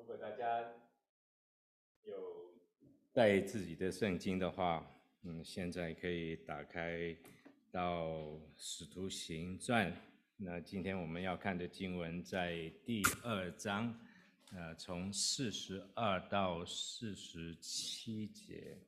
果大家有带自己的圣经的话，现在可以打开到《使徒行传》。那今天我们要看的经文在第2章，从42到47节。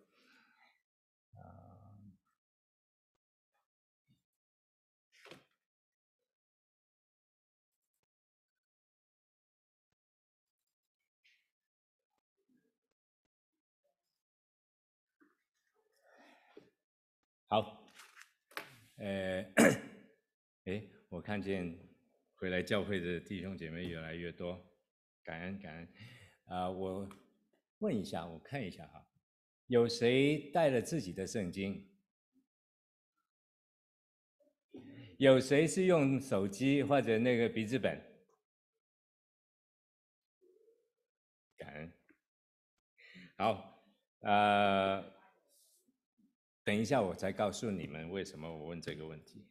好，我看见回来教会的弟兄姐妹越来越多，感恩感恩。我问一下，我看一下哈，有谁带了自己的圣经？有谁是用手机或者那个笔记本？感恩。好，等一下我才告诉你们为什么我问这个问题。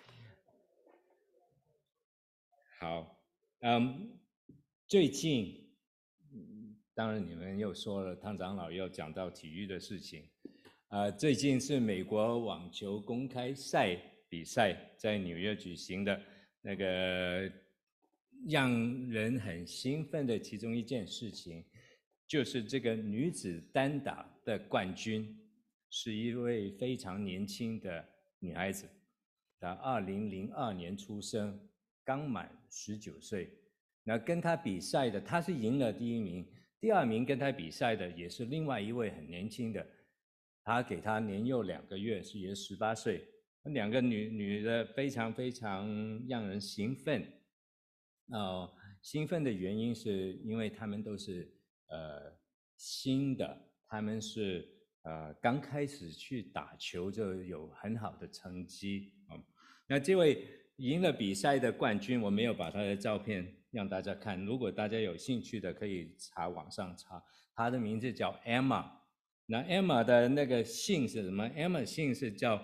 好，最近，当然你们又说了，汤长老又讲到体育的事情。最近是美国网球公开赛比赛在纽约举行的，那个让人很兴奋的其中一件事情，就是这个女子单打的冠军是一位非常年轻的女孩子，她2002年出生，刚满19岁。那跟她比赛的，她是赢了第1名，第2名跟她比赛的也是另外一位很年轻的，她给她年幼2个月，是也18岁。2个女的非常非常让人兴奋。兴奋的原因是因为她们都是新的，她们是刚开始去打球就有很好的成绩。那这位赢了比赛的冠军，我没有把他的照片让大家看，如果大家有兴趣的可以网上查，他的名字叫 Emma。那 Emma 的那个姓是什么？ Emma 姓是叫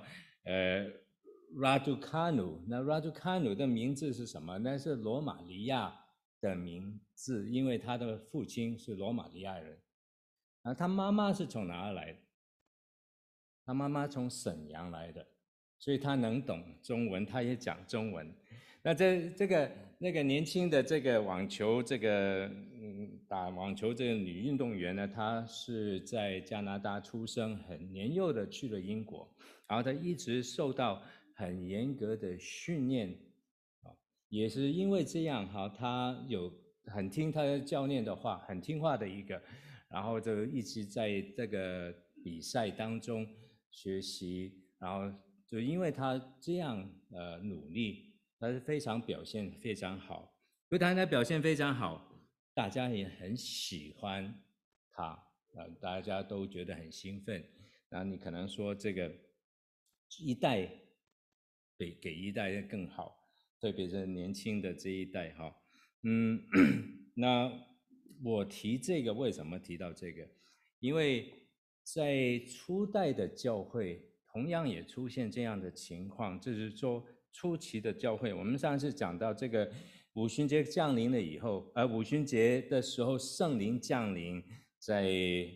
Raducanu。 那 Raducanu 的名字是什么？那是罗马尼亚的名字，因为他的父亲是罗马尼亚人。他妈妈是从哪来的？他妈妈从沈阳来的，所以他能懂中文，他也讲中文。那那个年轻的这个网球打网球这个女运动员呢，她是在加拿大出生，很年幼的去了英国，然后她一直受到很严格的训练，也是因为这样哈，她有很听她的教练的话，很听话的一个，然后就一直在这个比赛当中学习，然后就因为他这样努力，他是非常表现非常好，所以他的表现非常好，大家也很喜欢他，大家都觉得很兴奋。然后你可能说这个一代给一代更好，特别是年轻的这一代哈。那我提这个为什么提到这个？因为在初代的教会同样也出现这样的情况，就是说初期的教会，我们上次讲到这个五旬节降临了以后，五旬节的时候圣灵降临在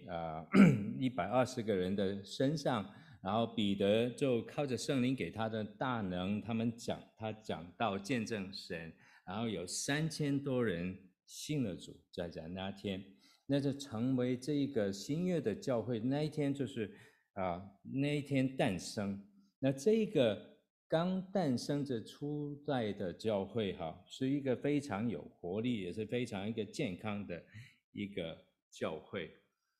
120个人的身上，然后彼得就靠着圣灵给他的大能，他讲道见证神，然后有3000多人信了主，在那天。那就成为这一个新约的教会，那一天就是那一天诞生。那这个刚诞生着初代的教会是一个非常有活力，也是非常一个健康的一个教会。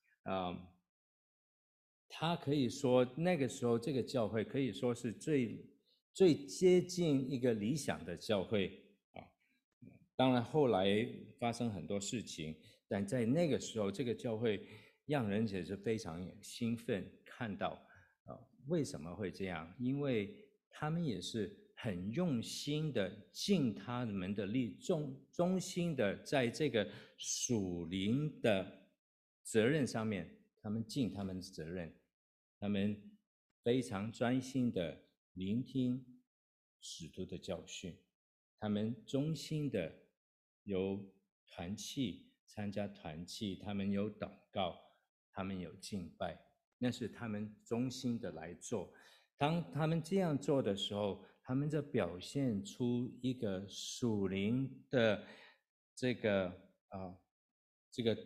他可以说那个时候这个教会可以说是最接近一个理想的教会。当然后来发生很多事情，但在那个时候这个教会让人也是非常兴奋，看到为什么会这样？因为他们也是很用心的尽他们的力，忠心的在这个属灵的责任上面，他们尽他们的责任，他们非常专心的聆听使徒的教训，他们忠心的有团契参加团契，他们有祷告，他们有敬拜，那是他们衷心的来做。当他们这样做的时候，他们就表现出一个属灵的这个这个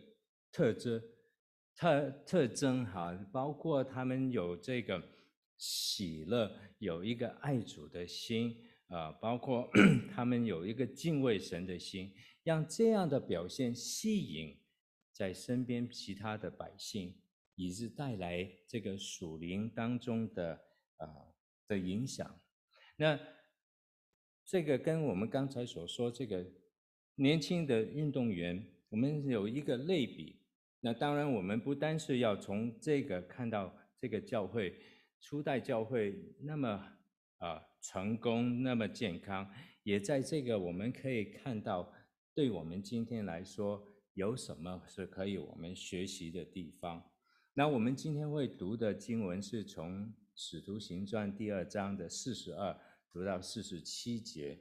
特征哈，包括他们有这个喜乐，有一个爱主的心包括他们有一个敬畏神的心，让这样的表现吸引在身边其他的百姓，以致带来这个属灵当中的影响。那这个跟我们刚才所说这个年轻的运动员，我们有一个类比。那当然，我们不单是要从这个看到这个教会初代教会那么成功，那么健康，也在这个我们可以看到，对我们今天来说有什么是可以我们学习的地方。那我们今天会读的经文是从《使徒行传》第2章的42读到47节。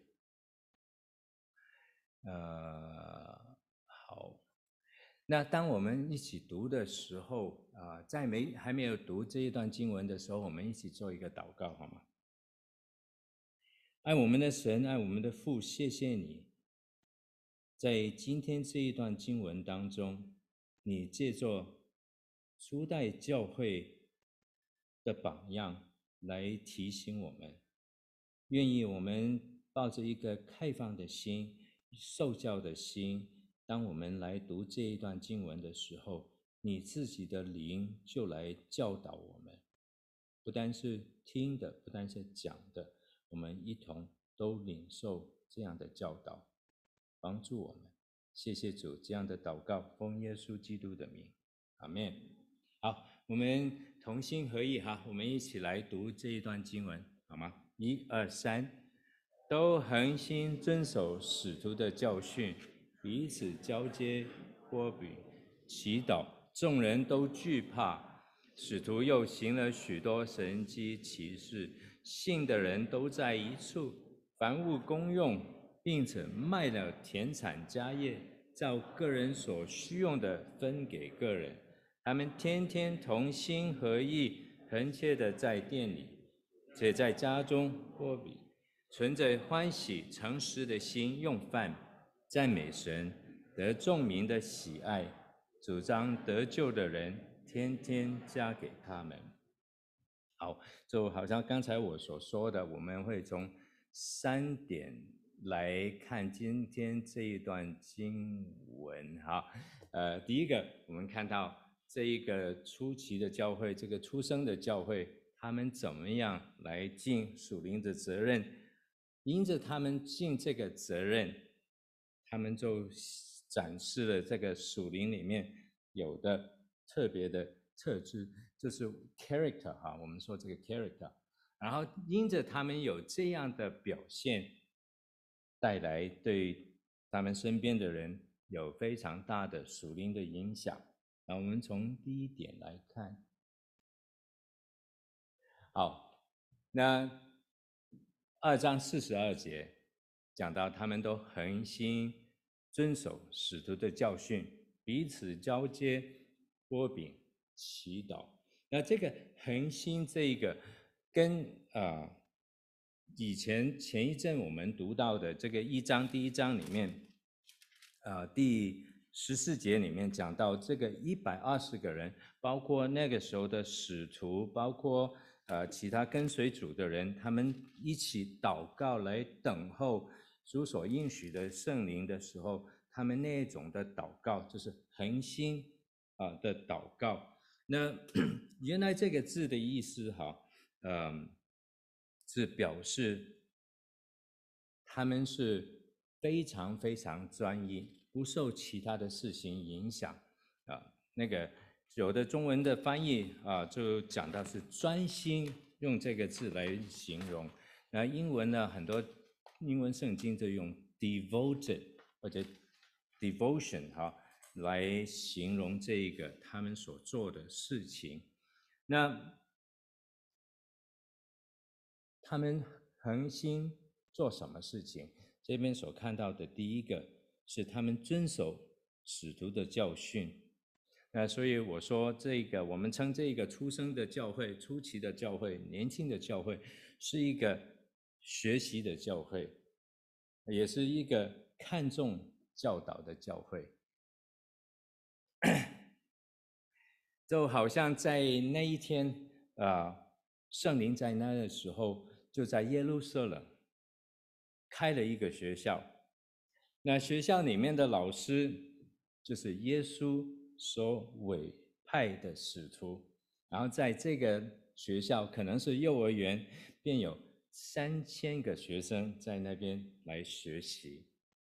好，那当我们一起读的时候在还没有读这一段经文的时候，我们一起做一个祷告好吗？爱我们的神，爱我们的父，谢谢你在今天这一段经文当中，你借着初代教会的榜样来提醒我们，愿意我们抱着一个开放的心，受教的心，当我们来读这一段经文的时候，你自己的灵就来教导我们，不单是听的，不单是讲的，我们一同都领受这样的教导，帮助我们。谢谢主，这样的祷告奉耶稣基督的名，阿们。好，我们同心合意哈，我们一起来读这一段经文好吗？1、2、3，都恒心遵守使徒的教训，彼此交接拨饼祈祷，众人都惧怕。使徒又行了许多神迹奇事，信的人都在一处，凡物公用，并且卖了田产家业，照个人所需用的分给个人。他们天天同心合意，恳切的在店里，且在家中拨饼，存着欢喜诚实的心用饭，赞美神，得众民的喜爱，主张得救的人天天加给他们。好，就好像刚才我所说的，我们会从3点来看今天这一段经文哈。第一个，我们看到这一个初期的教会，这个出生的教会，他们怎么样来尽属灵的责任？因着他们尽这个责任，他们就展示了这个属灵里面有的特别的特质，就是 character 哈，我们说这个 character， 然后因着他们有这样的表现，带来对他们身边的人有非常大的属灵的影响。那我们从第一点来看，好，那2章42节讲到他们都恒心遵守使徒的教训，彼此交接拨饼祈祷。那这个恒心这一个跟以前一阵我们读到的这个第1章里面第14节里面讲到这个120个人，包括那个时候的使徒，包括其他跟随主的人，他们一起祷告来等候主所应许的圣灵的时候，他们那种的祷告就是恒心的祷告。那原来这个字的意思哈，是表示他们是非常非常专一，不受其他的事情影响那个有的中文的翻译就讲到是专心，用这个字来形容。那英文呢，很多英文圣经就用 devoted 或者 devotion 来形容这个他们所做的事情。那他们恒心做什么事情？这边所看到的第一个是他们遵守使徒的教训。那所以我说，我们称这个出生的教会、初期的教会、年轻的教会，是一个学习的教会，也是一个看重教导的教会。就好像在那一天圣灵在那的时候，就在耶路撒冷开了一个学校。那学校里面的老师就是耶稣所委派的使徒，然后在这个学校可能是幼儿园，便有3000个学生在那边来学习。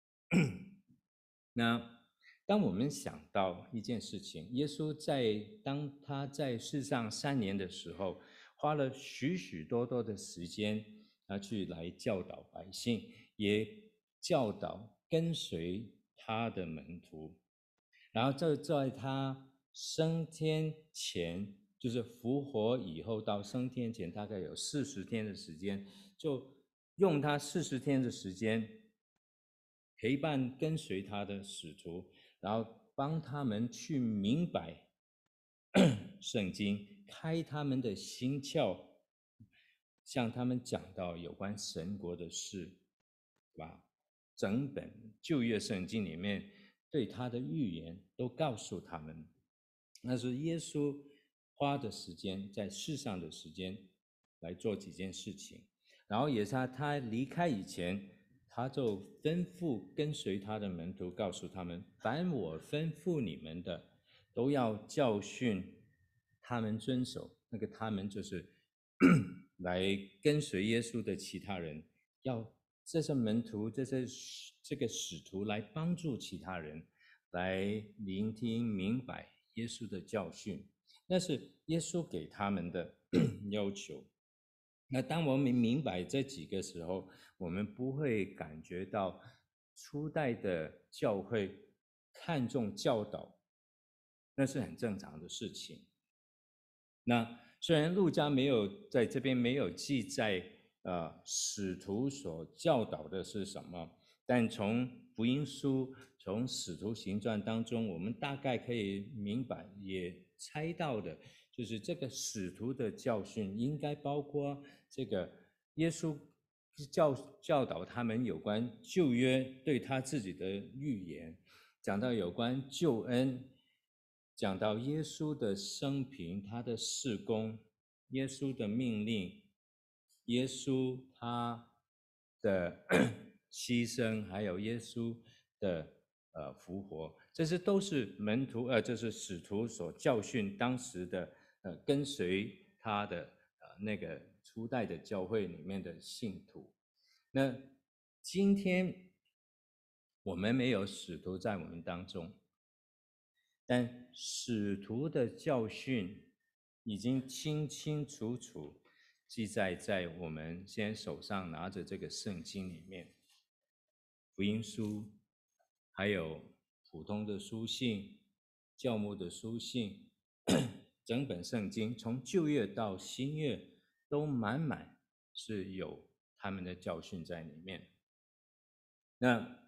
那当我们想到一件事情，耶稣当他在世上3年的时候，花了许许多多的时间，他去来教导百姓，也教导跟随他的门徒。然后在他升天前，就是复活以后到升天前，大概有40天的时间，就用他40天的时间陪伴跟随他的使徒，然后帮他们去明白圣经，开他们的心窍，向他们讲到有关神国的事，把整本旧约圣经里面对他的预言都告诉他们。那是耶稣花的时间，在世上的时间来做几件事情。然后也是他离开以前，他就吩咐跟随他的门徒，告诉他们，凡我吩咐你们的，都要教训他们遵守。那个他们就是来跟随耶稣的其他人，要这些门徒，这个使徒来帮助其他人，来聆听明白耶稣的教训，那是耶稣给他们的要求。那当我们明白这几个时候，我们不会感觉到初代的教会看重教导，那是很正常的事情。那虽然路加没有在这边没有记载使徒所教导的是什么，但从福音书、从使徒行传当中，我们大概可以明白，也猜到的，就是这个使徒的教训应该包括这个耶稣教导他们有关旧约对他自己的预言，讲到有关救恩，讲到耶稣的生平，他的事工，耶稣的命令，耶稣他的牺牲，还有耶稣的复活，这些都是这是使徒所教训当时的跟随他的那个初代的教会里面的信徒。那今天我们没有使徒在我们当中，但使徒的教训已经清清楚楚记载在我们现在手上拿着这个圣经里面，福音书，还有普通的书信、教牧的书信，整本圣经从旧约到新约都满满是有他们的教训在里面。那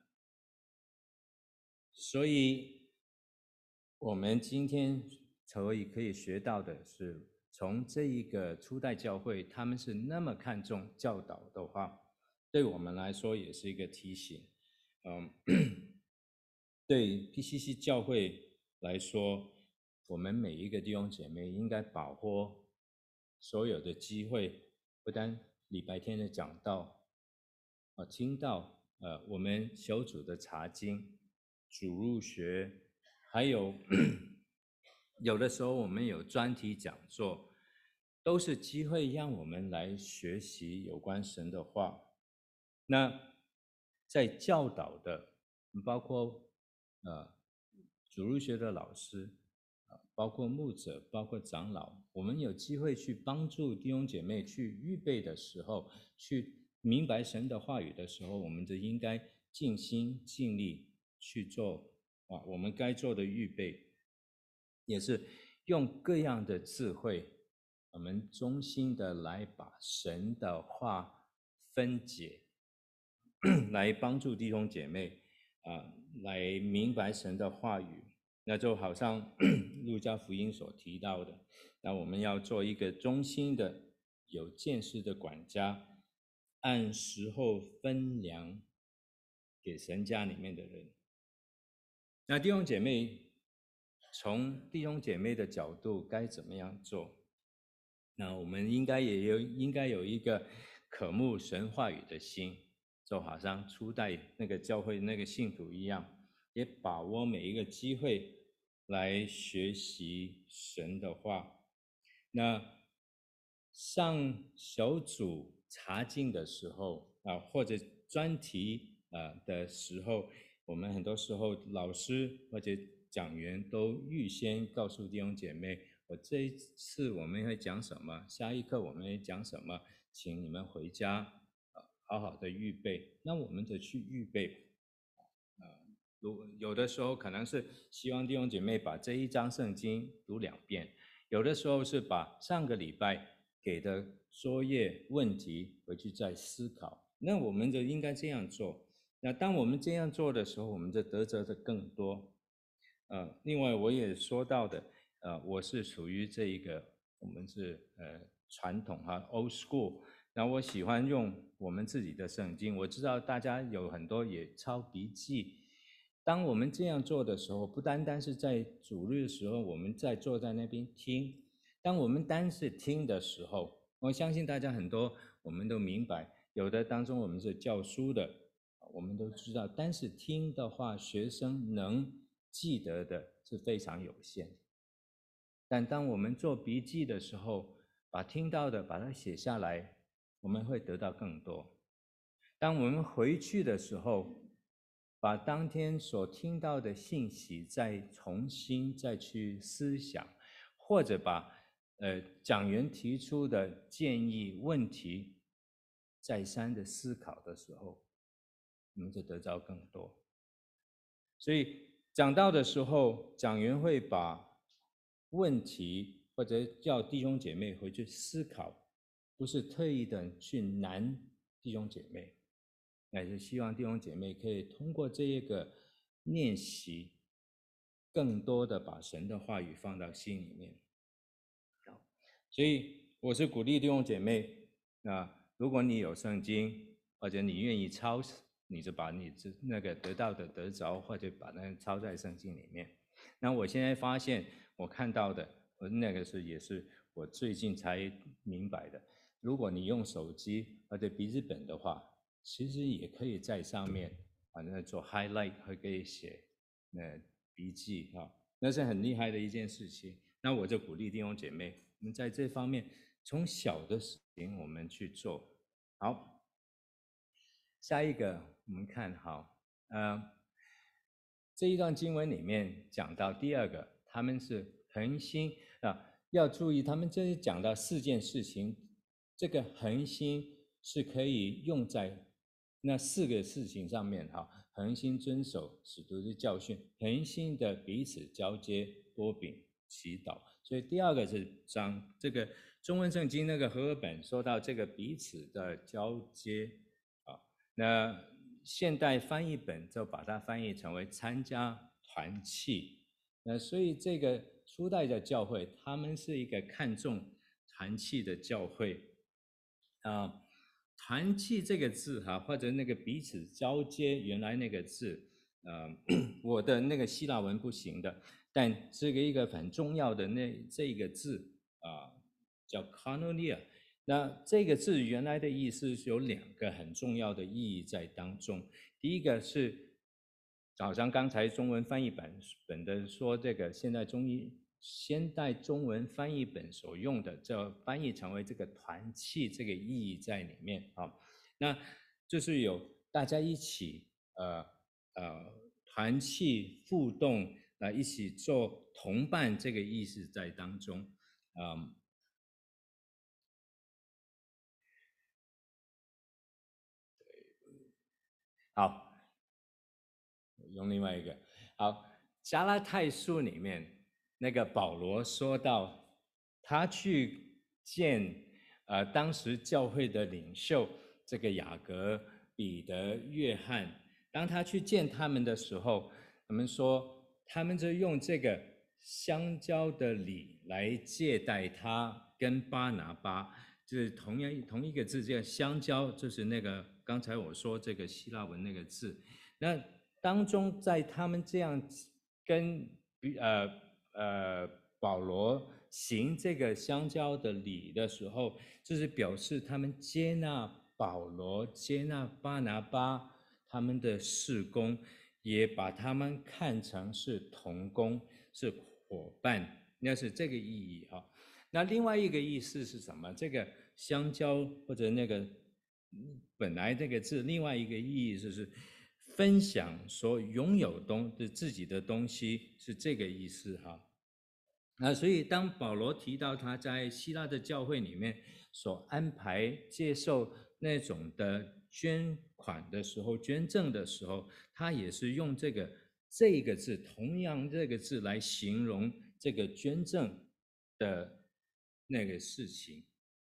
所以我们今天可以学到的是，从这一个初代教会，他们是那么看重教导的话，对我们来说也是一个提醒。对 PCC 教会来说，我们每一个弟兄姐妹应该把握所有的机会，不单礼拜天的讲道，听到我们小组的查经、主入学，还有有的时候我们有专题讲座，都是机会让我们来学习有关神的话。那在教导的，包括主入学的老师，包括牧者，包括长老，我们有机会去帮助弟兄姐妹去预备的时候，去明白神的话语的时候，我们就应该尽心尽力去做我们该做的预备，也是用各样的智慧，我们衷心的来把神的话分解，来帮助弟兄姐妹来明白神的话语。那就好像路加福音所提到的，那我们要做一个忠心的、有见识的管家，按时候分粮给神家里面的人。那弟兄姐妹，从弟兄姐妹的角度该怎么样做？那我们应该有一个渴慕神话语的心，就好像初代那个教会那个信徒一样，也把握每一个机会来学习神的话。那上小组查经的时候或者专题的时候，我们很多时候老师或者讲员都预先告诉弟兄姐妹，我这一次我们会讲什么，下一课我们会讲什么，请你们回家好好的预备。那我们就去预备。有的时候可能是希望弟兄姐妹把这一章圣经读2遍，有的时候是把上个礼拜给的作业问题回去再思考。那我们就应该这样做。那当我们这样做的时候，我们就得着的更多。另外我也说到的，我是属于这一个，我们是传统old school。那我喜欢用我们自己的圣经。我知道大家有很多也抄笔记。当我们这样做的时候，不单单是在主日的时候，我们在坐在那边听。当我们单是听的时候，我相信大家很多我们都明白，有的当中我们是教书的，我们都知道，单是听的话，学生能记得的是非常有限。但当我们做笔记的时候，把听到的把它写下来，我们会得到更多。当我们回去的时候，把当天所听到的信息再重新再去思想，或者把讲员提出的建议问题再三的思考的时候，我们就得到更多。所以讲到的时候，讲员会把问题或者叫弟兄姐妹回去思考，不是特意的去难弟兄姐妹，乃是希望弟兄姐妹可以通过这一个练习，更多的把神的话语放到心里面。所以我是鼓励弟兄姐妹，如果你有圣经，或者你愿意抄，你就把你那个得到的得着，或者把那个抄在圣经里面。那我现在发现，我看到的，那个也是我最近才明白的。如果你用手机或者笔记本的话，其实也可以在上面做 highlight， 和可以写笔记那是很厉害的一件事情。那我就鼓励弟兄姐妹，我们在这方面从小的事情我们去做。好，下一个我们看这一段经文里面讲到第2个，他们是恒心要注意，他们这里讲到4件事情，这个恒心是可以用在那4个事情上面恒心遵守使徒的教训，恒心的彼此交接、擘饼、祈祷。所以第2个是这个中文圣经那个和合本说到这个彼此的交接那现代翻译本就把它翻译成为参加团契。所以这个初代的教会，他们是一个看重团契的教会团契这个字或者那个彼此交接，原来那个字我的那个希腊文不行的，但这个一个很重要的这个字叫 koinonia。那这个字原来的意思是有2个很重要的意义在当中。第一个是好像刚才中文翻译本的说，这个现代中文翻译本所用的，就翻译成为这个团契这个意义在里面那就是有大家一起团契互动一起做同伴这个意思在当中好，用另外一个加拉太书里面那个保罗说到，他去见当时教会的领袖这个雅各、彼得、约翰当他去见他们的时候，他们说他们就用这个香蕉的礼来接待他跟巴拿巴，就是同一个字，这个香蕉就是那个刚才我说这个希腊文那个字。那当中在他们这样跟保罗行这个香蕉的礼的时候，就是表示他们接纳保罗、接纳巴拿巴他们的事工，也把他们看成是同工、是伙伴，那是这个意义哈。那另外一个意思是什么？这个香蕉或者那个本来这个字，另外一个意义就是分享所拥有的自己的东西，是这个意思哈。所以当保罗提到他在希腊的教会里面所安排接受那种的捐款的时候，捐赠的时候，他也是用这个字，同样这个字来形容这个捐赠的那个事情。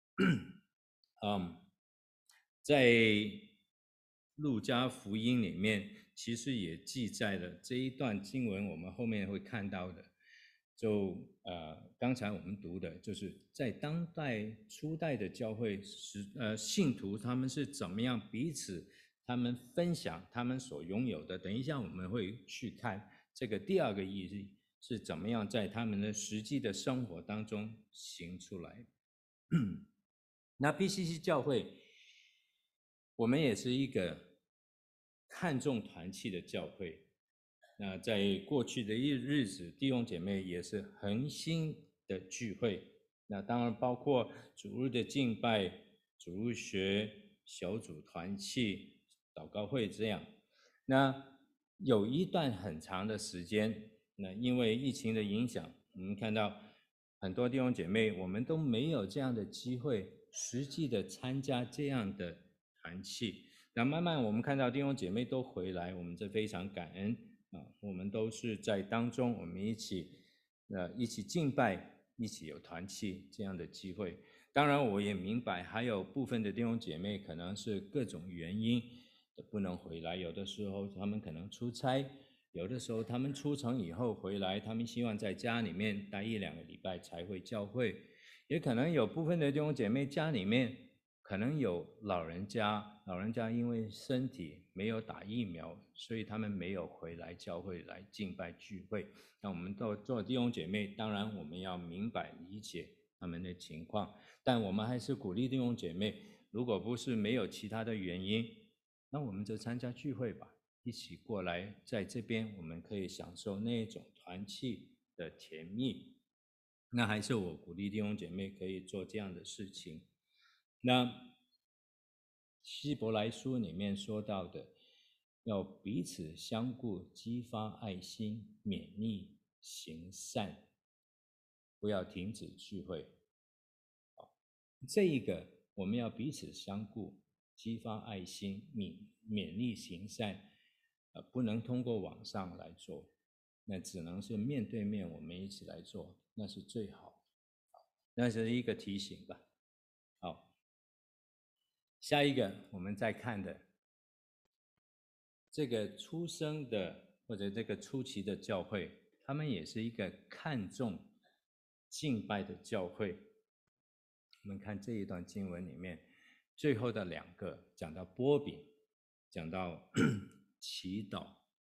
在路加福音里面，其实也记载了这一段经文，我们后面会看到的。就刚才我们读的，就是在当代初代的教会信徒他们是怎么样彼此他们分享他们所拥有的。等一下我们会去看这个第二个意义是怎么样在他们的实际的生活当中行出来。那 BCC 教会，我们也是一个看重团契的教会。那在过去的日子，弟兄姐妹也是恒心的聚会。那当然包括主日的敬拜、主日学、小组团契、祷告会这样。那有一段很长的时间，那因为疫情的影响，我们看到很多弟兄姐妹，我们都没有这样的机会实际的参加这样的团契。那慢慢我们看到弟兄姐妹都回来，我们这非常感恩我们都是在当中，我们一起敬拜，一起有团契这样的机会。当然我也明白还有部分的弟兄姐妹可能是各种原因不能回来，有的时候他们可能出差，有的时候他们出城以后回来，他们希望在家里面待1-2个礼拜才会教会。也可能有部分的弟兄姐妹家里面可能有老人家因为身体没有打疫苗，所以他们没有回来教会来敬拜聚会。那我们做弟兄姐妹，当然我们要明白理解他们的情况，但我们还是鼓励弟兄姐妹，如果不是没有其他的原因，那我们就参加聚会吧，一起过来，在这边我们可以享受那种团契的甜蜜。那还是我鼓励弟兄姐妹可以做这样的事情。那希伯来书里面说到的，要彼此相顾，激发爱心，勉励行善，不要停止聚会。这一个我们要彼此相顾，激发爱心，勉励行善，不能通过网上来做，那只能是面对面我们一起来做，那是最好。那是一个提醒吧。好，下一个我们再看的这个出生的或者这个初期的教会，他们也是一个看重敬拜的教会。我们看这一段经文里面最后的2个，讲到波饼，讲到祈祷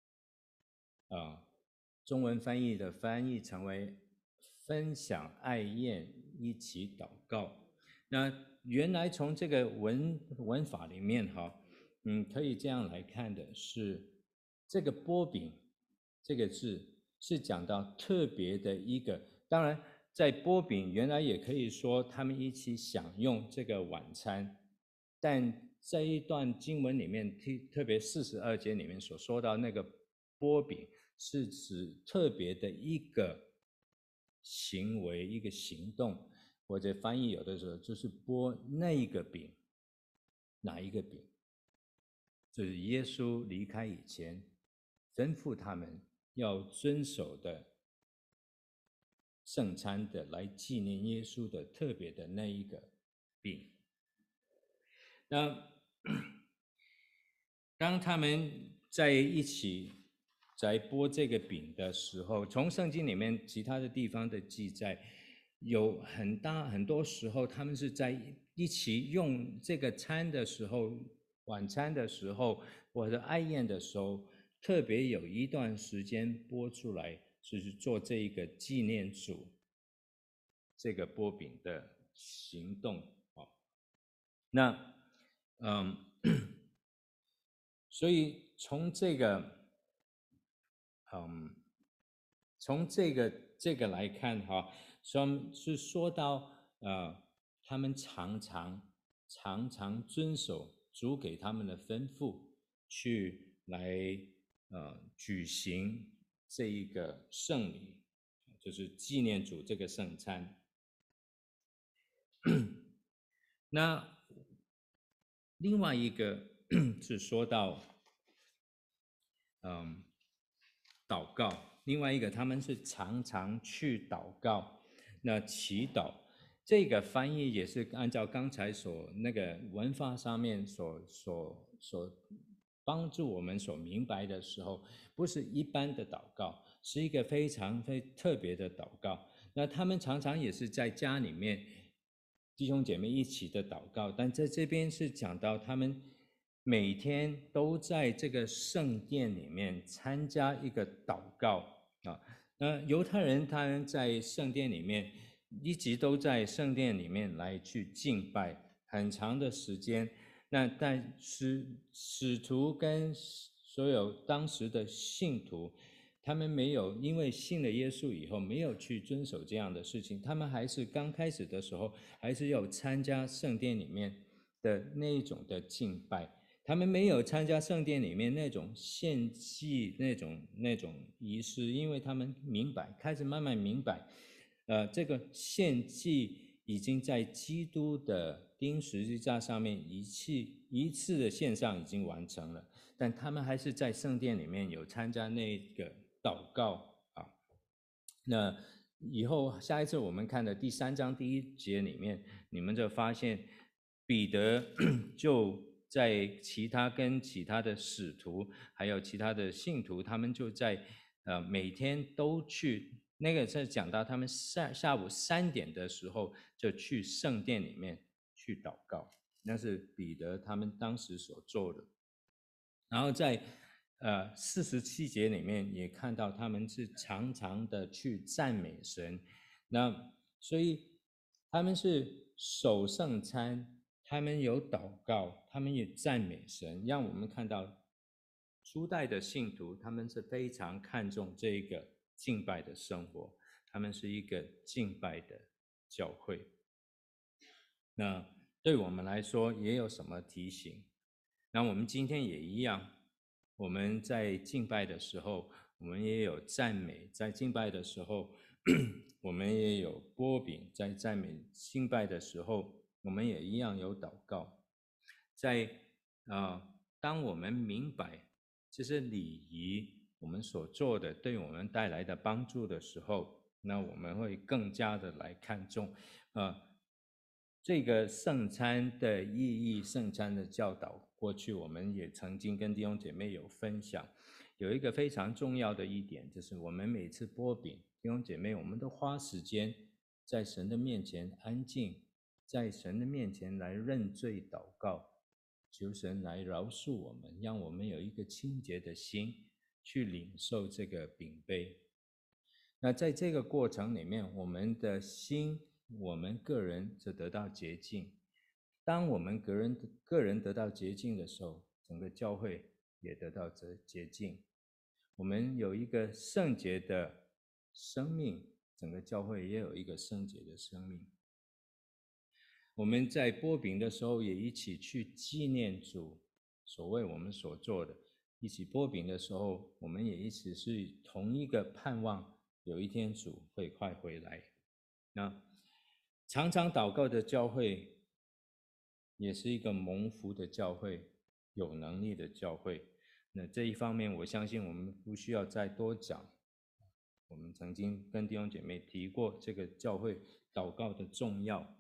中文翻译成为分享爱宴，一起祷告。那原来从这个文法里面可以这样来看的是，这个波饼这个字是讲到特别的一个，当然在波饼原来也可以说他们一起享用这个晚餐，但这一段经文里面特别42节里面所说到那个波饼是指特别的一个行为，一个行动，或者翻译有的时候就是拨那一个饼。哪一个饼？就是耶稣离开以前吩咐他们要遵守的圣餐的，来纪念耶稣的特别的那一个饼。那当他们在一起在拨这个饼的时候，从圣经里面其他的地方的记载，有很多时候他们是在一起用这个餐的时候，晚餐的时候或者爱宴的时候，特别有一段时间拨出来，就是做这一个纪念主这个拨饼的行动啊。那所以从这个这个来看哈，是说到他们常常遵守主给他们的吩咐，去来举行这一个圣礼，就是纪念主这个圣餐。那另外一个是说到祷告，另外一个他们是常常去祷告，那祈祷这个翻译也是按照刚才所那个文法上面所帮助我们所明白的时候，不是一般的祷告，是一个非常特别的祷告。那他们常常也是在家里面弟兄姐妹一起的祷告，但在这边是讲到他们每天都在这个圣殿里面参加一个祷告啊。那犹太人他们在圣殿里面一直都在圣殿里面来去敬拜很长的时间。那但是使徒跟所有当时的信徒，他们没有因为信了耶稣以后没有去遵守这样的事情，他们还是刚开始的时候还是要参加圣殿里面的那一种的敬拜。他们没有参加圣殿里面那种献祭那种仪式，因为他们开始慢慢明白，这个献祭已经在基督的钉十字架上面一次的献上已经完成了，但他们还是在圣殿里面有参加那个祷告啊。那以后下一次我们看的第3章第1节里面，你们就发现彼得就在其他的使徒还有其他的信徒，他们就在每天都去，那个是讲到他们下午3点的时候就去圣殿里面去祷告，那是彼得他们当时所做的。然后在47节里面也看到他们是常常的去赞美神，那所以他们是守圣餐，他们有祷告，他们也赞美神，让我们看到初代的信徒他们是非常看重这个敬拜的生活，他们是一个敬拜的教会。那对我们来说也有什么提醒？那我们今天也一样，我们在敬拜的时候，我们也有赞美；在敬拜的时候，我们也有拨饼；在赞美敬拜的时候，我们也一样有祷告。在当我们明白这些礼仪我们所做的对我们带来的帮助的时候，那我们会更加的来看重这个圣餐的意义，圣餐的教导。过去我们也曾经跟弟兄姐妹有分享，有一个非常重要的一点，就是我们每次拨饼，弟兄姐妹我们都花时间在神的面前安静，在神的面前来认罪祷告，求神来饶恕我们，让我们有一个清洁的心去领受这个饼杯。那在这个过程里面，我们的心，我们个人则得到洁净。当我们个人得到洁净的时候，整个教会也得到洁净。我们有一个圣洁的生命，整个教会也有一个圣洁的生命。我们在拨饼的时候也一起去纪念主所为我们所做的，一起拨饼的时候，我们也一起是同一个盼望，有一天主会快回来。那常常祷告的教会也是一个蒙福的教会，有能力的教会。那这一方面我相信我们不需要再多讲，我们曾经跟弟兄姐妹提过这个教会祷告的重要。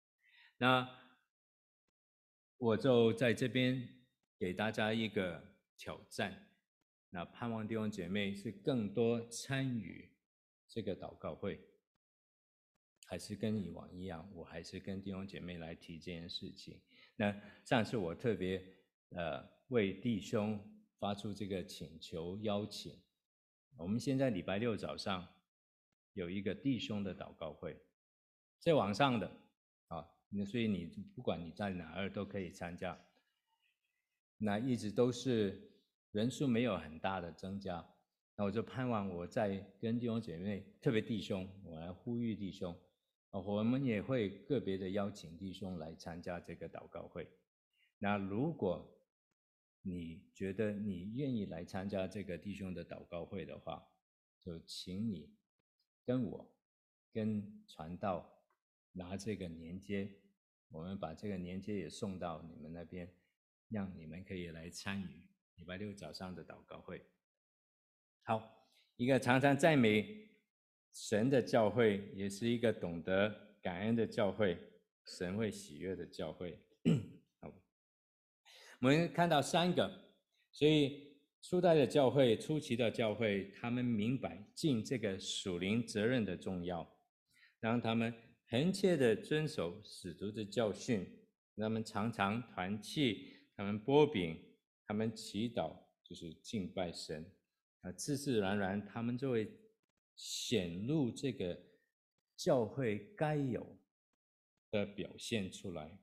那我就在这边给大家一个挑战。那盼望弟兄姐妹是更多参与这个祷告会，还是跟以往一样，我还是跟弟兄姐妹来提这件事情。那上次我特别为弟兄发出这个请求邀请，我们现在礼拜六早上有一个弟兄的祷告会，在网上的啊，所以你不管你在哪儿都可以参加。那一直都是人数没有很大的增加，那我就盼望我在跟弟兄姐妹，特别弟兄，我来呼吁弟兄，我们也会个别的邀请弟兄来参加这个祷告会。那如果你觉得你愿意来参加这个弟兄的祷告会的话，就请你跟我跟传道拿这个连接，我们把这个连接也送到你们那边，让你们可以来参与礼拜六早上的祷告会。好，一个常常赞美神的教会，也是一个懂得感恩的教会，神会喜悦的教会。好，我们看到3个，所以初代的教会、初期的教会，他们明白尽这个属灵责任的重要，让他们恒切的遵守使徒的教训，他们常常团契，他们擘饼，他们祈祷，就是敬拜神，自自然然他们就会显露这个教会该有的表现出来。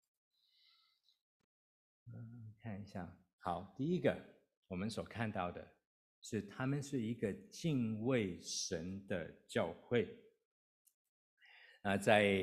看一下，好，第一个我们所看到的是他们是一个敬畏神的教会。在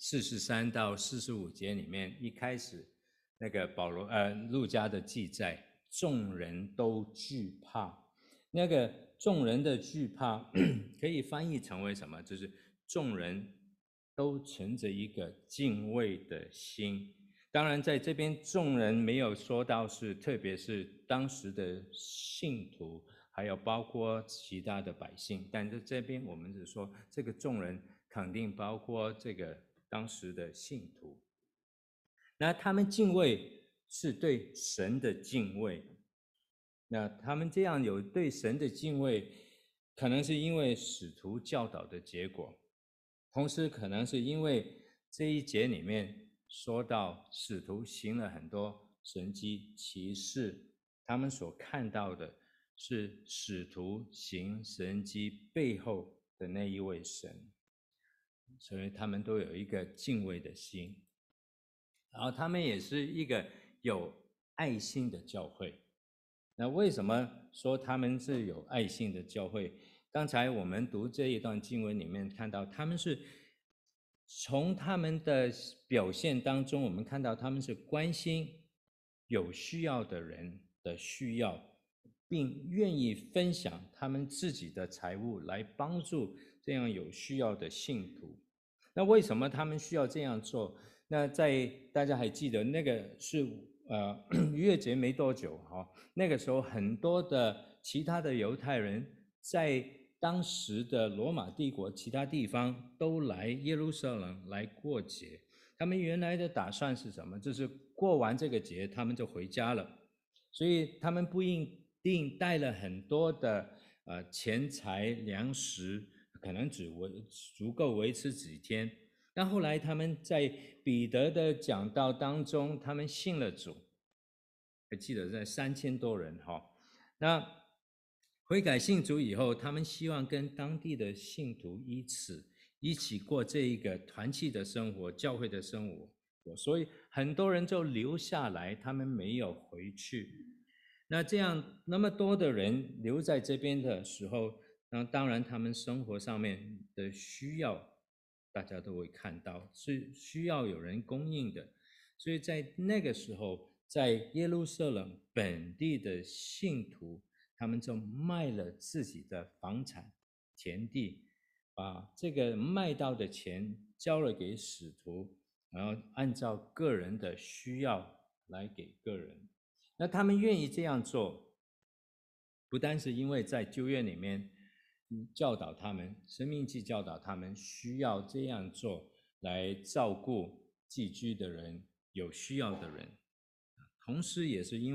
43到45节里面，一开始那个路加的记载，众人都惧怕。那个众人的惧怕可以翻译成为什么？就是众人都存着一个敬畏的心。当然在这边众人没有说到是特别是当时的信徒，还有包括其他的百姓，但在这边我们只说这个众人肯定包括这个当时的信徒。那他们敬畏是对神的敬畏，那他们这样有对神的敬畏，可能是因为使徒教导的结果，同时可能是因为这一节里面说到使徒行了很多神迹奇事，他们所看到的是使徒行神迹背后的那一位神，所以他们都有一个敬畏的心，然后他们也是一个有爱心的教会。那为什么说他们是有爱心的教会？刚才我们读这一段经文里面看到，他们是从他们的表现当中，我们看到他们是关心有需要的人的需要，并愿意分享他们自己的财物来帮助这样有需要的信徒。那为什么他们需要这样做？那大家还记得那个是逾越节没多久哈，那个时候很多的其他的犹太人在当时的罗马帝国其他地方都来耶路撒冷来过节。他们原来的打算是什么？就是过完这个节他们就回家了，所以他们不一定带了很多的钱财粮食，可能只足够维持几天。那后来他们在彼得的讲道当中，他们信了主，还记得在3000多人哈。那悔改信主以后，他们希望跟当地的信徒一起过这一个团契的生活、教会的生活，所以很多人就留下来，他们没有回去。那这样那么多的人留在这边的时候，那当然他们生活上面的需要大家都会看到，是需要有人供应的。所以在那个时候，在耶路撒冷本地的信徒，他们就卖了自己的房产田地，把这个卖到的钱交了给使徒，然后按照个人的需要来给个人。那他们愿意这样做，不单是因为在旧约里面教导他们，申命记教导他们需要这样做来照顾寄居的人、有需要的人，同时也是因为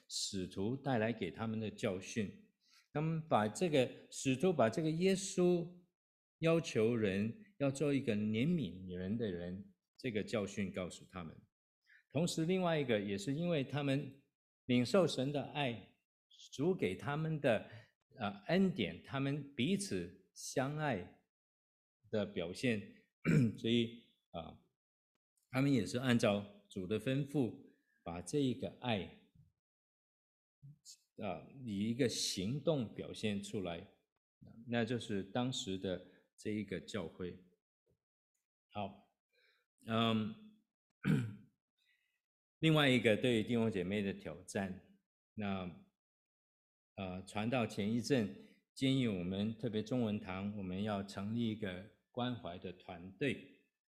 使徒带来给他们的教训。他们把这个使徒把这个耶稣要求人要做一个怜悯人的人这个教训告诉他们。同时另外一个也是因为他们领受神的爱，主给他们的恩典，他们彼此相爱的表现，所以他们也是按照主的吩咐，把这一个爱以一个行动表现出来，那就是当时的这一个教会。好，另外一个对弟兄姐妹的挑战，那传道前一阵建议我们，特别中文堂，我们要成立一个关怀的团队。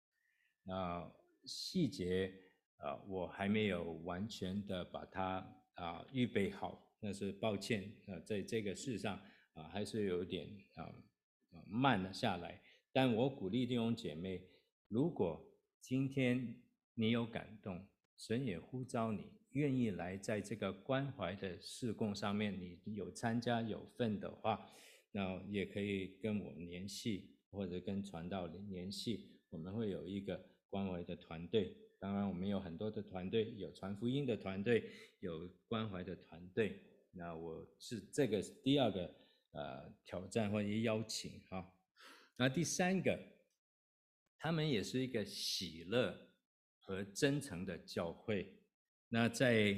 细节我还没有完全的把它预备好，那是抱歉在这个事上还是有点慢了下来。但我鼓励弟兄姐妹，如果今天你有感动，神也呼召你愿意来在这个关怀的事工上面，你有参加有份的话，那也可以跟我联系，或者跟传道联系，我们会有一个关怀的团队。当然我们有很多的团队，有传福音的团队，有关怀的团队。那我是这个第二个挑战或者邀请哈。那第三个，他们也是一个喜乐和真诚的教会。那在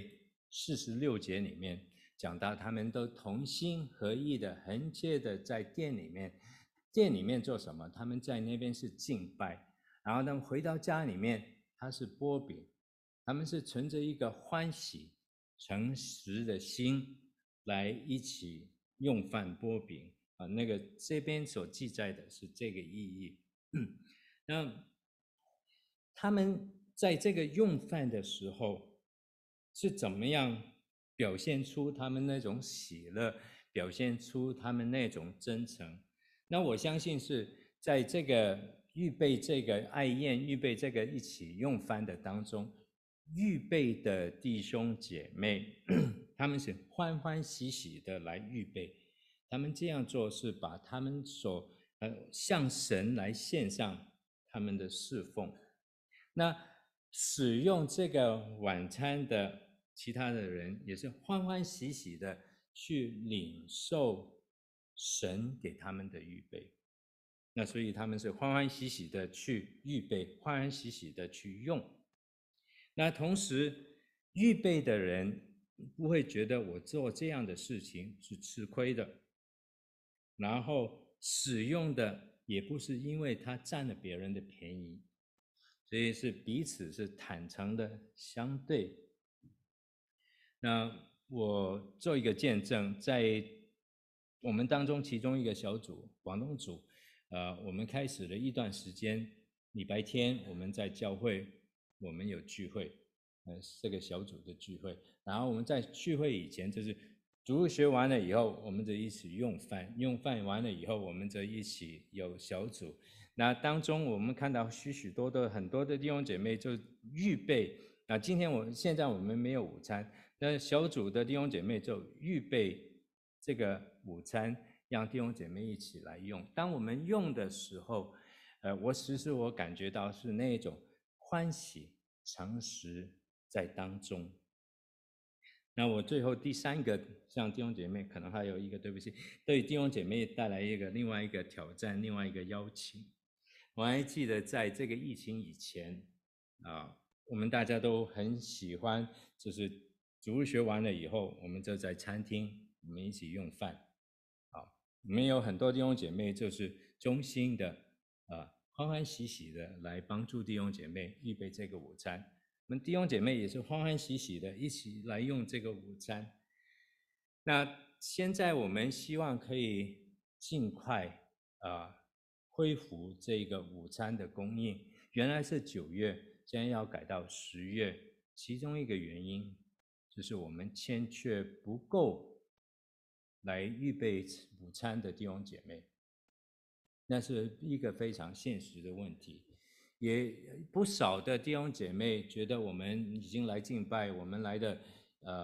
46节里面讲到，他们都同心合意的横切的在店里面做什么？他们在那边是敬拜，然后他们回到家里面他是剥饼，他们是存着一个欢喜诚实的心来一起用饭剥饼那个这边所记载的是这个意义。那他们在这个用饭的时候是怎么样表现出他们那种喜乐，表现出他们那种真诚？那我相信是在这个预备这个爱宴，预备这个一起用饭的当中，预备的弟兄姐妹他们是欢欢喜喜的来预备，他们这样做是把他们所向神来献上他们的侍奉。那使用这个晚餐的其他的人也是欢欢喜喜的去领受神给他们的预备。那所以他们是欢欢喜喜的去预备，欢欢喜喜的去用。那同时预备的人不会觉得我做这样的事情是吃亏的，然后使用的也不是因为他占了别人的便宜，所以是彼此是坦诚的相对。那我做一个见证，在我们当中其中一个小组广东组我们开始了一段时间，礼拜天我们在教会我们有聚会这个小组的聚会，然后我们在聚会以前就是主日学完了以后，我们就一起用饭，用饭完了以后我们就一起有小组。那当中我们看到许许多多很多的弟兄姐妹就预备，那现在我们没有午餐，那小组的弟兄姐妹就预备这个午餐，让弟兄姐妹一起来用。当我们用的时候我感觉到是那种欢喜诚实在当中。那我最后第三个向弟兄姐妹可能还有一个对不起，对弟兄姐妹带来另外一个挑战，另外一个邀请。我还记得在这个疫情以前我们大家都很喜欢，就是主日学完了以后，我们就在餐厅我们一起用饭我们有很多弟兄姐妹就是衷心的欢欢喜喜的来帮助弟兄姐妹预备这个午餐，我们弟兄姐妹也是欢欢喜喜的一起来用这个午餐。那现在我们希望可以尽快恢复这个午餐的供应，原来是9月，现在要改到10月，其中一个原因就是我们欠缺不够来预备午餐的弟兄姐妹，那是一个非常现实的问题。也不少的弟兄姐妹觉得我们已经来敬拜，我们来的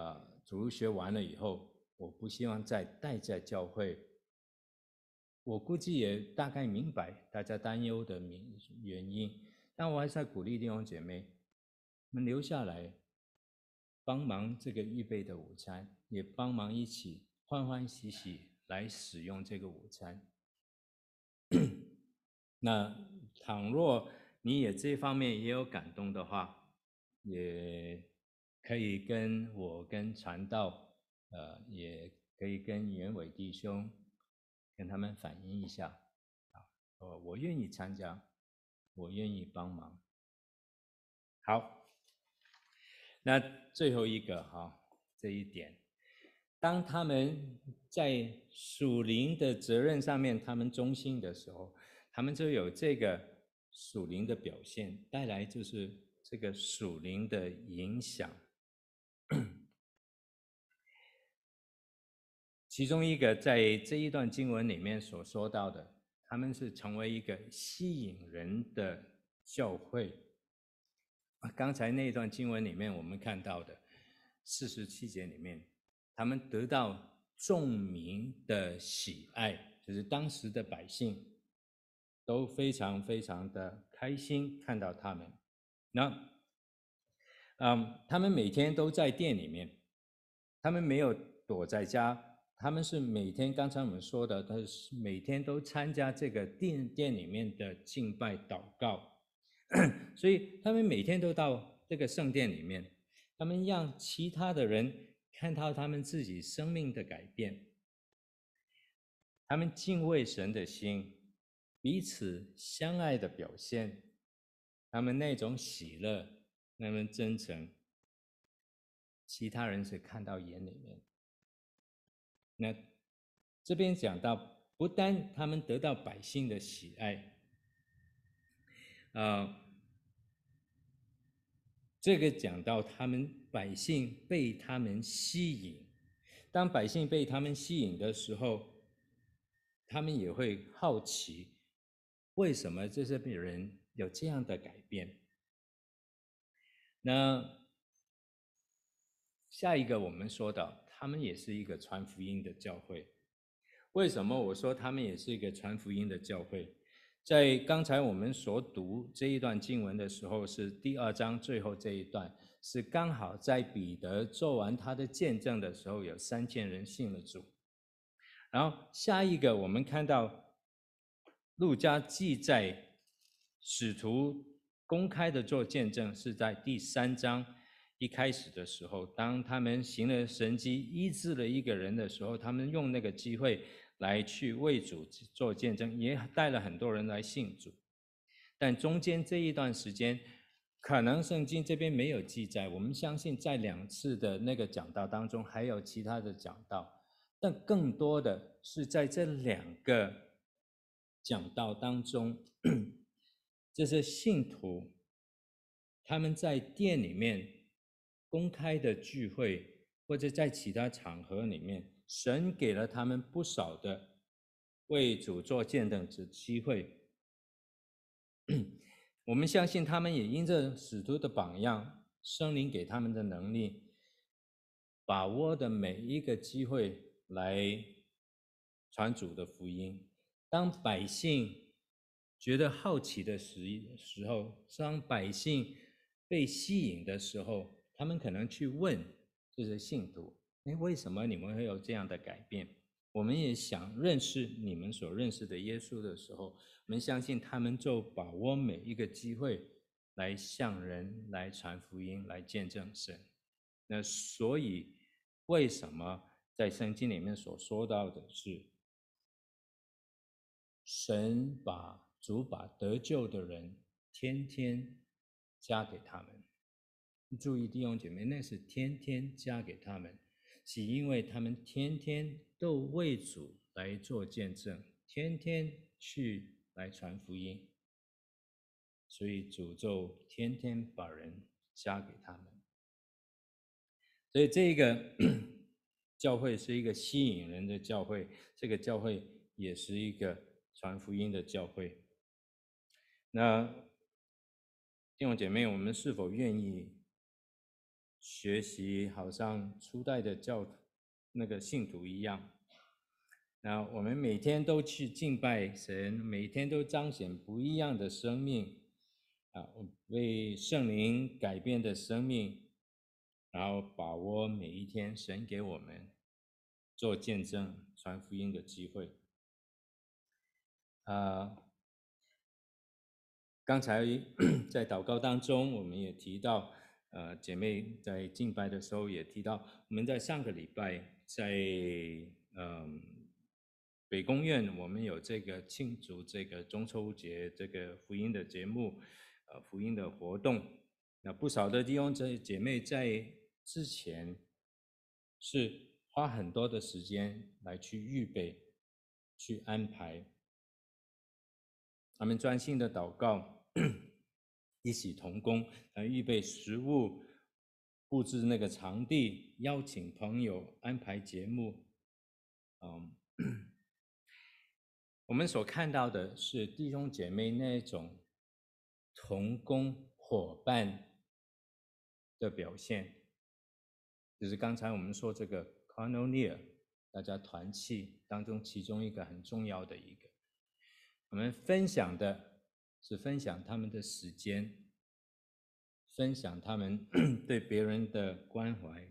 主日学完了以后，我不希望再待在教会。我估计也大概明白大家担忧的原因，但我还是在鼓励弟兄姐妹们留下来，帮忙这个预备的午餐，也帮忙一起欢欢喜喜来使用这个午餐。那倘若你也这方面也有感动的话，也可以跟我跟传道，也可以跟袁伟弟兄跟他们反映一下，我愿意参加，我愿意帮忙。好，那最后一个这一点，当他们在属灵的责任上面他们忠心的时候，他们就有这个属灵的表现，带来就是这个属灵的影响。其中一个在这一段经文里面所说到的，他们是成为一个吸引人的教会。刚才那一段经文里面我们看到的47节里面，他们得到众民的喜爱，就是当时的百姓都非常非常的开心看到他们。那他们每天都在店里面，他们没有躲在家，他们是每天，刚才我们说的，他是每天都参加这个店里面的敬拜祷告。所以他们每天都到这个圣殿里面，他们让其他的人看到他们自己生命的改变，他们敬畏神的心，彼此相爱的表现，他们那种喜乐，那么真诚，其他人是看到眼里面。那这边讲到，不单他们得到百姓的喜爱，这个讲到他们百姓被他们吸引，当百姓被他们吸引的时候，他们也会好奇，为什么这些人有这样的改变？那下一个我们说到，他们也是一个传福音的教会。为什么我说他们也是一个传福音的教会？在刚才我们所读这一段经文的时候，是第2章最后这一段，是刚好在彼得做完他的见证的时候，有3000人信了主。然后下一个我们看到路加记载使徒公开的做见证，是在第3章一开始的时候，当他们行了神迹医治了一个人的时候，他们用那个机会来去为主做见证，也带了很多人来信主。但中间这一段时间，可能圣经这边没有记载，我们相信在2次的那个讲道当中还有其他的讲道，但更多的是在这2个讲道当中，这些信徒他们在店里面公开的聚会，或者在其他场合里面，神给了他们不少的为主做见证之机会。我们相信他们也因着使徒的榜样，圣灵给他们的能力，把握的每一个机会来传主的福音。当百姓觉得好奇的时候，当百姓被吸引的时候，他们可能去问这些信徒，为什么你们会有这样的改变？我们也想认识你们所认识的耶稣的时候，我们相信他们就把握每一个机会来向人来传福音，来见证神。那所以为什么在圣经里面所说到的是，神主把得救的人天天加给他们。注意弟兄姐妹，那是天天加给他们，是因为他们天天都为主来做见证，天天去来传福音，所以主就天天把人加给他们。所以这个教会是一个吸引人的教会，这个教会也是一个传福音的教会。那弟兄姐妹，我们是否愿意学习，好像初代的那个信徒一样。那我们每天都去敬拜神，每天都彰显不一样的生命为圣灵改变的生命，然后把握每一天神给我们做见证、传福音的机会。刚才在祷告当中，我们也提到，姐妹在敬拜的时候也提到，我们在上个礼拜在北宫院，我们有这个庆祝这个中秋节这个福音的节目，福音的活动。那不少的弟兄姐妹在之前是花很多的时间来去预备、去安排，他们专心的祷告，一起同工，预备食物，布置那个场地，邀请朋友，安排节目。我们所看到的是弟兄姐妹那种同工伙伴的表现，就是刚才我们说这个 koinonia， 大家团契当中其中一个很重要的一个。我们分享的是分享他们的时间，分享他们对别人的关怀。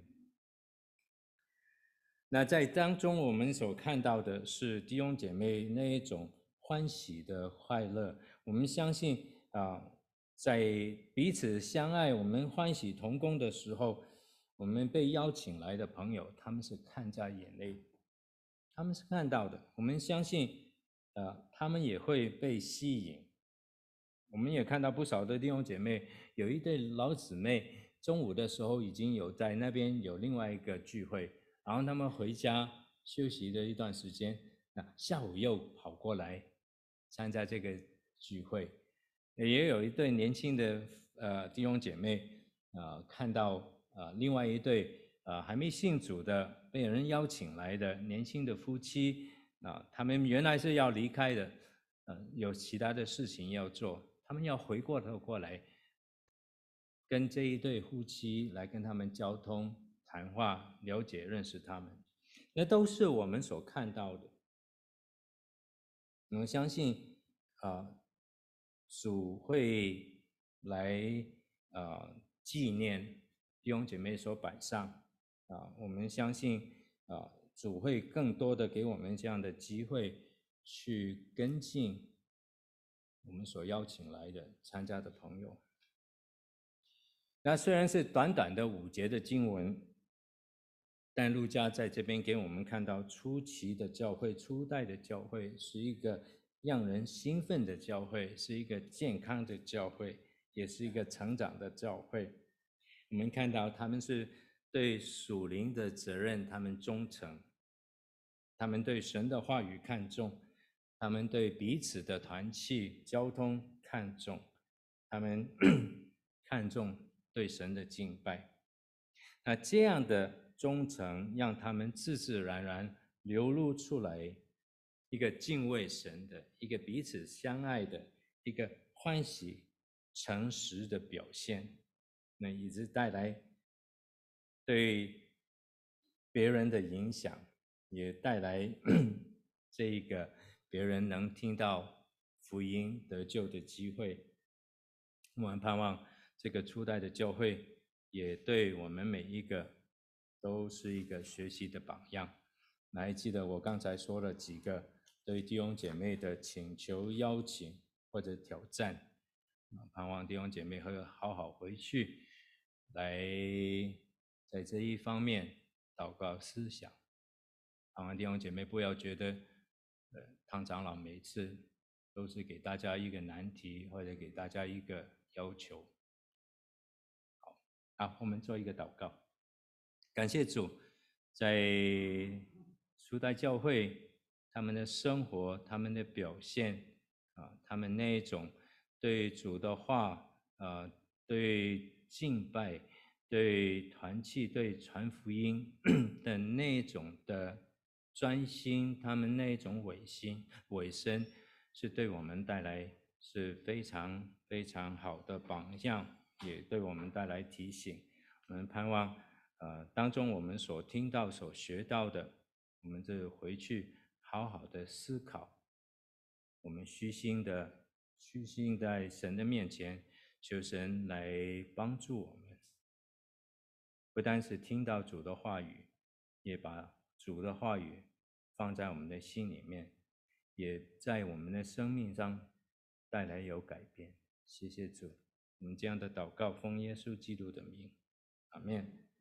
那在当中我们所看到的是弟兄姐妹那一种欢喜的快乐。我们相信在彼此相爱，我们欢喜同工的时候，我们被邀请来的朋友，他们是看在眼泪，他们是看到的。我们相信他们也会被吸引。我们也看到不少的弟兄姐妹，有一对老姊妹中午的时候已经有在那边有另外一个聚会，然后他们回家休息了一段时间，那下午又跑过来参加这个聚会。也有一对年轻的弟兄姐妹看到另外一对还没信主的被人邀请来的年轻的夫妻他们原来是要离开的，有其他的事情要做，他们要回过头过来跟这一对夫妻来跟他们交通谈话，了解认识他们，那都是我们所看到的。我们相信主会来纪念弟兄姐妹所摆上我们相信主会更多的给我们这样的机会去跟进我们所邀请来的参加的朋友。那虽然是短短的5节的经文，但路加在这边给我们看到初期的教会，初代的教会是一个让人兴奋的教会，是一个健康的教会，也是一个成长的教会。我们看到他们是对属灵的责任他们忠诚，他们对神的话语看重，他们对彼此的团契交通看重，他们看重对神的敬拜。那这样的忠诚让他们自自然然流露出来一个敬畏神的，一个彼此相爱的，一个欢喜诚实的表现，那以致带来对别人的影响，也带来这一个别人能听到福音得救的机会。我们盼望这个初代的教会也对我们每一个都是一个学习的榜样。还记得我刚才说了几个对弟兄姐妹的请求、邀请或者挑战，盼望弟兄姐妹会好好回去，来在这一方面祷告思想。盼望弟兄姐妹不要觉得，汤长老每次都是给大家一个难题，或者给大家一个要求。好，我们做一个祷告。感谢主，在初代教会他们的生活、他们的表现他们那种对主的话对敬拜、对团契、对传福音的那种的专心，他们那种委身，是对我们带来是非常非常好的榜样，也对我们带来提醒。 我们盼望当中我们所听到、所学到的，我们就回去好好的思考，我们虚心在神的面前，求神来帮助我们，不单是听到主的话语，也把主的话语放在我们的心里面，也在我们的生命上带来有改变。谢谢主，我们这样的祷告奉耶稣基督的名，阿们。